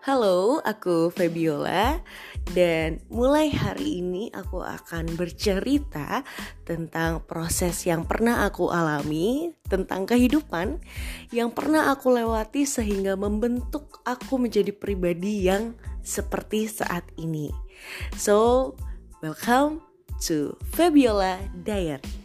Halo, aku Febiola dan mulai hari ini aku akan bercerita tentang proses yang pernah aku alami, tentang kehidupan yang pernah aku lewati sehingga membentuk aku menjadi pribadi yang seperti saat ini. So, welcome to Febiola Diary.